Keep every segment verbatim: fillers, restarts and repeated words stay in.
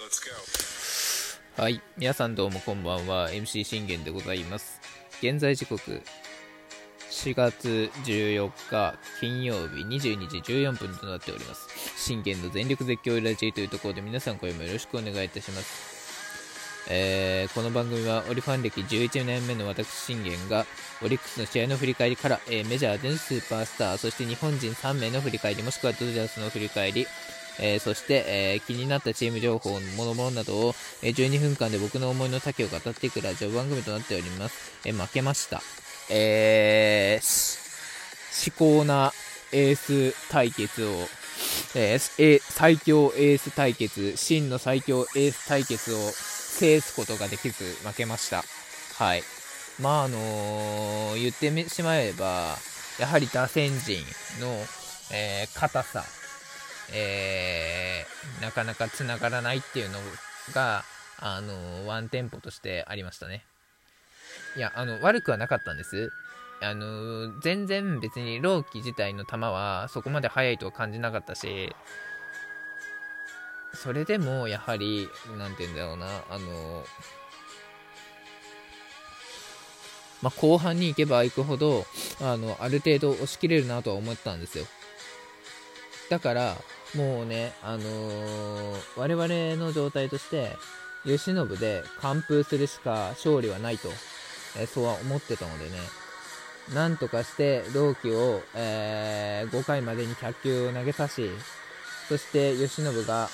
はい、皆さんどうもこんばんは。 エムシー 信玄でございます。現在時刻しがつじゅうよっか金曜日にじゅうにじじゅうよんぷんとなっております。信玄の全力絶叫ラジーというところで皆さん今夜もよろしくお願いいたします。えー、この番組はオリファン歴じゅういちねんめの私信玄がオリックスの試合の振り返りから、えー、メジャーでのスーパースター、そして日本人さんめいの振り返り、もしくはドジャースの振り返り、えー、そして、えー、気になったチーム情報の諸々などを、えー、じゅうにふんかんで僕の思いの丈を語っていくラジオ番組となっております。えー、負けました。えー、至高なエース対決を、えー、最強エース対決、真の最強エース対決を制すことができず負けました。はい。まああのー、言ってしまえばやはり打線陣の、えー、硬さ、えー、なかなかつながらないっていうのが、あのー、ワンテンポとしてありましたね。いや、あの悪くはなかったんです。あのー、全然別に朗希自体の球はそこまで速いとは感じなかったし、それでもやはりなんて言うんだろうな、あのーまあ、後半に行けば行くほど あのある程度押し切れるなとは思ったんですよ。だからもうね、あのー、我々の状態として慶喜で完封するしか勝利はないと、えー、そうは思ってたのでね、なんとかして朗希を、えー、ごかいまでにひゃっきゅうを投げさし、そして慶喜が、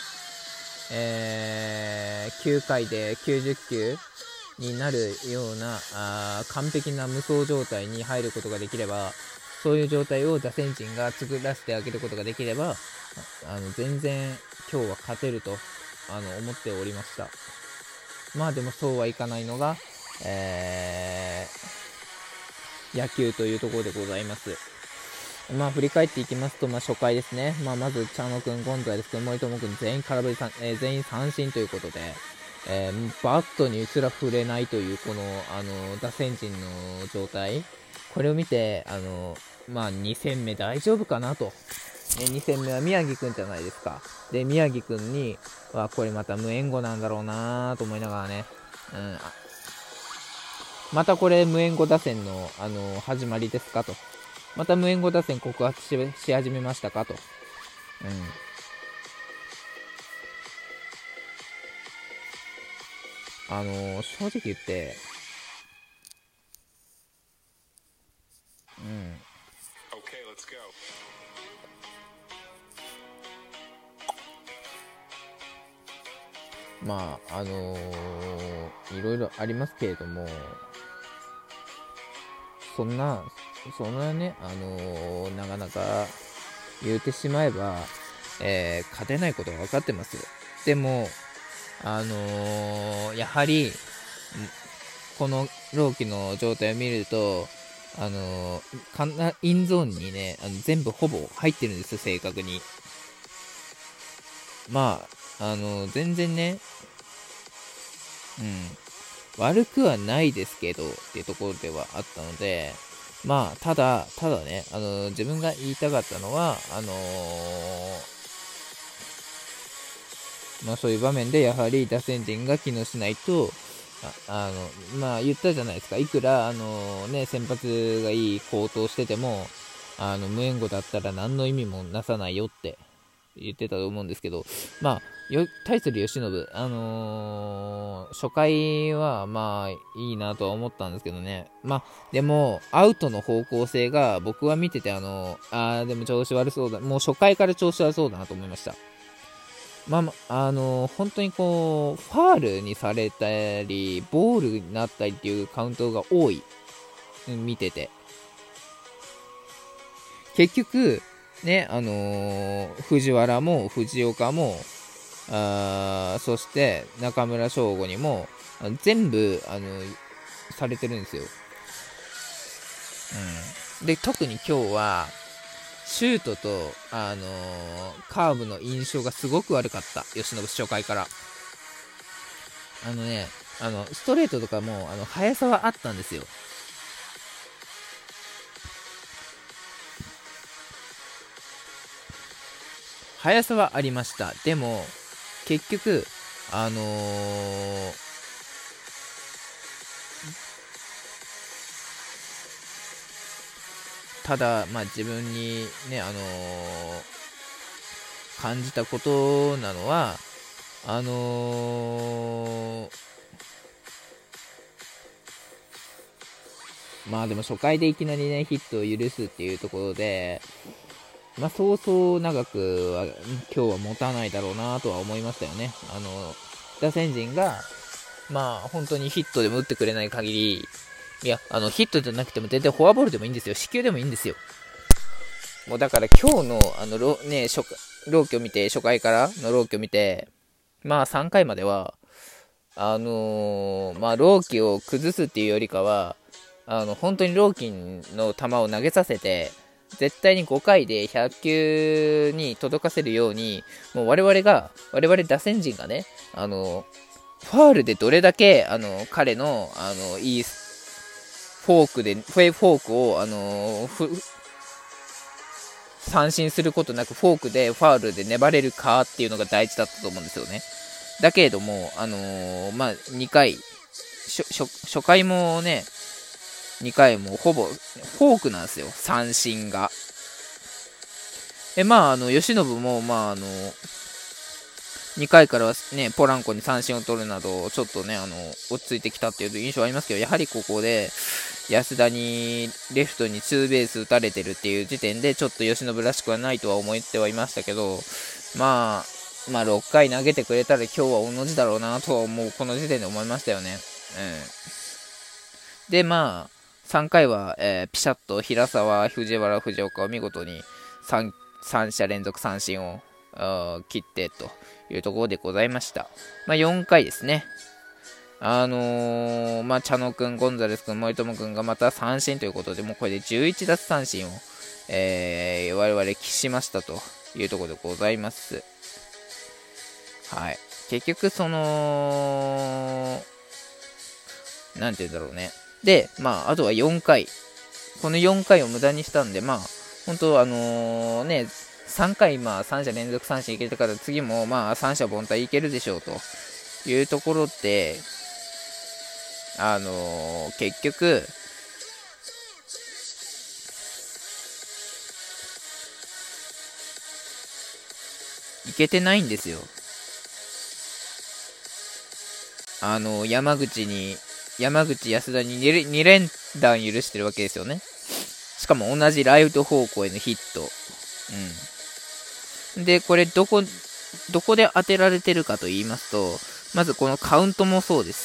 えー、きゅうかいできゅうじゅっきゅうになるようなあ完璧な無双状態に入ることができれば、そういう状態を打線陣が作らせてあげることができれば、あの全然今日は勝てるとあの思っておりました。まあでもそうはいかないのが、えー、野球というところでございます。まあ振り返っていきますと、まあ、初回ですね、まあ、まず茶野君、ゴンザレス君、森友君全員空振りさん、えー、全員三振ということで、えー、バットにすら触れないというこの、あの打線陣の状態、これを見て、あのまあ、に戦目大丈夫かなと、えー、に戦目は宮城君じゃないですか。で宮城君にはこれまた無援護なんだろうなと思いながらね、うん、またこれ無援護打線の、あの始まりですかと、また無援護打線告発 し, し始めましたかと、うん、あのー、正直言って、うん、まああのー、いろいろありますけれども、そんなそんなね、あのー、なかなか言うてしまえば、えー、勝てないことが分かってますよ。でもあのー、やはりこの朗希の状態を見ると、あのー、かなインゾーンにね、あの全部ほぼ入ってるんですよ、正確に。まあ、あのー、全然ね、うん、悪くはないですけどっていうところではあったので、まあ、ただ、ただね、あのー、自分が言いたかったのは、あのー、まあ、そういう場面でやはり打線陣が機能しないと、ああのまあ言ったじゃないですか、いくらあの、ね、先発がいい好投してても、あの無援護だったら何の意味もなさないよって言ってたと思うんですけど、まあ、よ対する由伸、あのー、初回はまあいいなとは思ったんですけどね、まあでもアウトの方向性が僕は見てて、あのー、あでも調子悪そうだ、もう初回から調子悪そうだなと思いました。まあ、あのー、本当にこうファールにされたりボールになったりっていうカウントが多い、見てて結局ね、あのー、藤原も藤岡もあそして中村奨吾にも全部、あのー、されてるんですよ、うん、で特に今日はシュートと、あのー、カーブの印象がすごく悪かった。由伸初回からあのね、あのストレートとかもあの速さはあったんですよ。速さはありました。でも結局あのー、ただ、まあ、自分にね、あのー、感じたことなのは、あのー、まあでも初回でいきなりね、ヒットを許すっていうところで、まあそうそう長くは今日は持たないだろうなとは思いましたよね。あの、打線陣が、まあ本当にヒットでも打ってくれない限り、いや、あのヒットじゃなくても全然フォアボールでもいいんですよ。四球でもいいんですよ。もうだから今日の、あの、ろね、初朗希を見て、初回からの朗希を見て、まあさんかいまでは、あのー、まあ朗希を崩すっていうよりかは、あの本当に朗希の球を投げさせて、絶対にごかいでひゃく球に届かせるように、もう我々が、我々打線陣がね、あのファールでどれだけあの彼のあのいいフォークで、フォークをあの三振することなくフォークでファールで粘れるかっていうのが大事だったと思うんですよね。だけれども、あのー、まあ、にかい初、初回もね、にかいもほぼフォークなんですよ、三振が。え、まあ、あの、吉信も、まあ、あの、にかいからはね、ポランコに三振を取るなど、ちょっとね、あの、落ち着いてきたっていう印象はありますけど、やはりここで、安田にレフトにツーベース打たれてるっていう時点で、ちょっと吉信らしくはないとは思ってはいましたけど、まあ、まあ、ろっかい投げてくれたら今日は同じだろうなとはもうこの時点で思いましたよね。うん。で、まあ、さんかいは、えー、ピシャッと平沢、藤原、藤岡を見事に 3, さん者連続三振を切ってというところでございました。まあ、よんかいですね。あのー、まあ、茶野くん、ゴンザレスくん、森友くんがまた三振ということで、もうこれでじゅういち奪三振を、えー、我々喫しましたというところでございます。はい。結局、その、なんて言うんだろうね。で、まあ、あとはよんかい。このよんかいを無駄にしたんで、まあ、本当あのー、ね、さんかい、まあ、さん者連続三振いけたから、次も、まあ、三者凡退いけるでしょうというところで、あのー、結局、いけてないんですよ。あのー、山口に、山口安田にに連弾許してるわけですよね。しかも同じライト方向へのヒット。うん。で、これどこ、どこで当てられてるかと言いますと、まずこのカウントもそうです。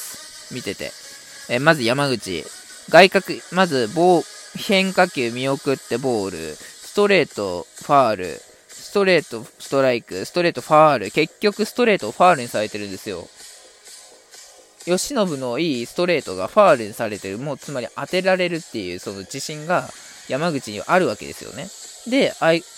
見てて。えまず山口。外角、まず棒、変化球見送ってボール。ストレート、ファール。ストレート、ストライク。ストレート、ファール。結局ストレートをファールにされてるんですよ。吉信のいいストレートがファールにされてる。もうつまり当てられるっていうその自信が山口にはあるわけですよね。で、あい、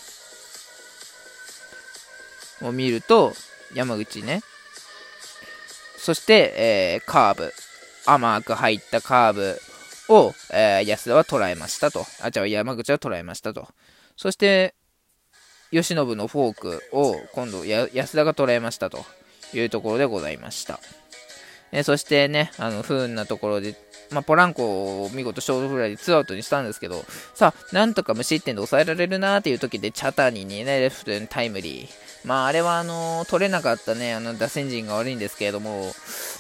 を見ると、山口ね。そして、えー、カーブ。甘く入ったカーブを、えー、安田は捉えましたと。あ、じゃあ山口は捉えましたと。そして、吉信のフォークを今度や安田が捉えましたというところでございました。えー、そしてね、あの不運なところで、まあ、ポランコを見事ショートフライでツーアウトにしたんですけど、さあ、なんとか無失点で抑えられるなーっていう時で、チャタニにね、レフトにタイムリー。まあ、あれはあのー、取れなかったね、あの打線陣が悪いんですけれども、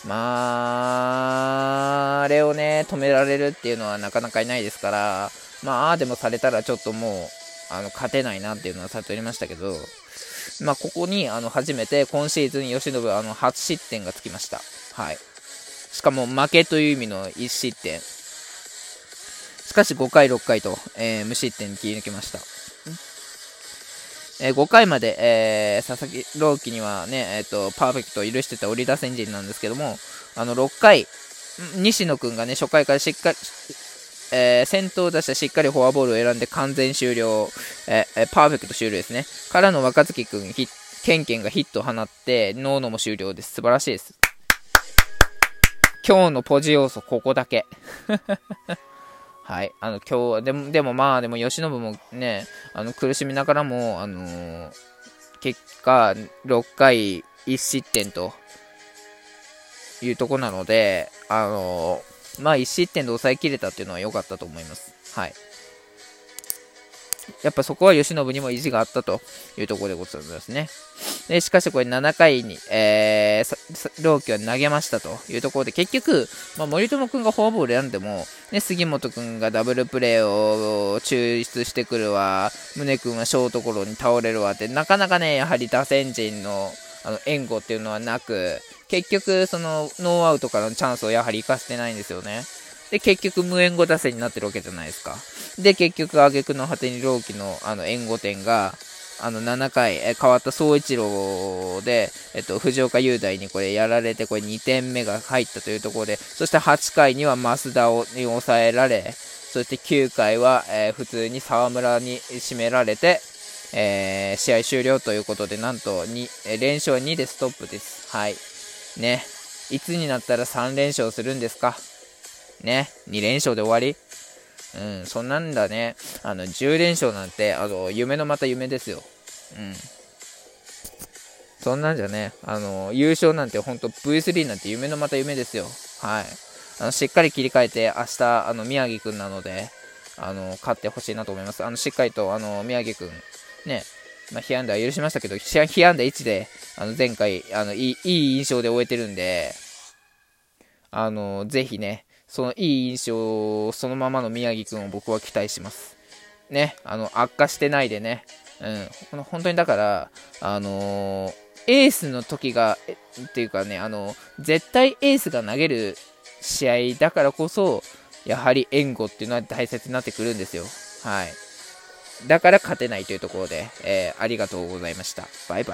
まあ、あれをね、止められるっていうのはなかなかいないですから、まあ、ああでもされたらちょっともう、あの、勝てないなっていうのは悟りましたけど、まあ、ここに、あの、初めて今シーズン、吉信、あの、初失点がつきました。はい。しかも、負けという意味のいち失点。しかし、ごかい、ろっかいと、えー、無失点に切り抜けました。えー、ごかいまで、えー、佐々木朗希にはね、えーと、パーフェクトを許してたオリダ戦陣なんですけども、あの、ろっかい、西野くんがね、初回からしっかり、えー、先頭打者しっかりフォアボールを選んで完全終了、えー、パーフェクト終了ですね。からの若月くん、ケンケンがヒットを放って、ノーノも終了です。素晴らしいです。今日のポジ要素、ここだけ。はい。あの、今日、でも、でもまあ、でも、吉信もね、あの、苦しみながらも、あのー、結果、ろっかい、 いち失点というところなので、あのー、まあいち失点で抑えきれたっていうのは良かったと思います。はい。やっぱそこは由伸にも意地があったというところでございますね。でしかしこれななかいに、えー、朗希は投げましたというところで、結局、まあ、森友君がフォアボール選んでも、ね、杉本君がダブルプレーを抽出してくるわ、宗君はショートゴロに倒れるわって、なかなかね、やはり打線陣のあの援護っていうのはなく、結局、そのノーアウトからのチャンスをやはり生かしてないんですよね。で、結局、無援護打線になってるわけじゃないですか。で、結局、挙句の果てに朗希のあの援護点が、あのななかい、え変わった総一郎で、えっと、藤岡雄大にこれやられて、これにてんめが入ったというところで、そしてはちかいには増田をに抑えられ、そしてきゅうかいは、えー、普通に沢村に締められて、えー、試合終了ということで、なんとに、えー、連勝にでストップです。はい。ね。いつになったらさんれんしょうするんですかね。にれんしょうで終わりうん、そんなんだね。あの、じゅうれんしょうなんて、あの、夢のまた夢ですよ。うん。そんなんじゃね、あの、優勝なんてほんと ブイスリー なんて夢のまた夢ですよ。はい。あの、しっかり切り替えて、明日、あの、宮城くんなので、あの、勝ってほしいなと思います。あの、しっかりと、あの、宮城くん、ね、まあ、被安打は許しましたけど、被安打いちで、あの、前回、あの、いい、いい印象で終えてるんで、あの、ぜひね、そのいい印象そのままの宮城君を僕は期待します。ね、あの悪化してないでね、うん、本当にだから、あのー、エースの時が、っていうかね、あの絶対エースが投げる試合だからこそ、やはり援護っていうのは大切になってくるんですよ。はい。だから勝てないというところで、えー、ありがとうございました。バイバイ。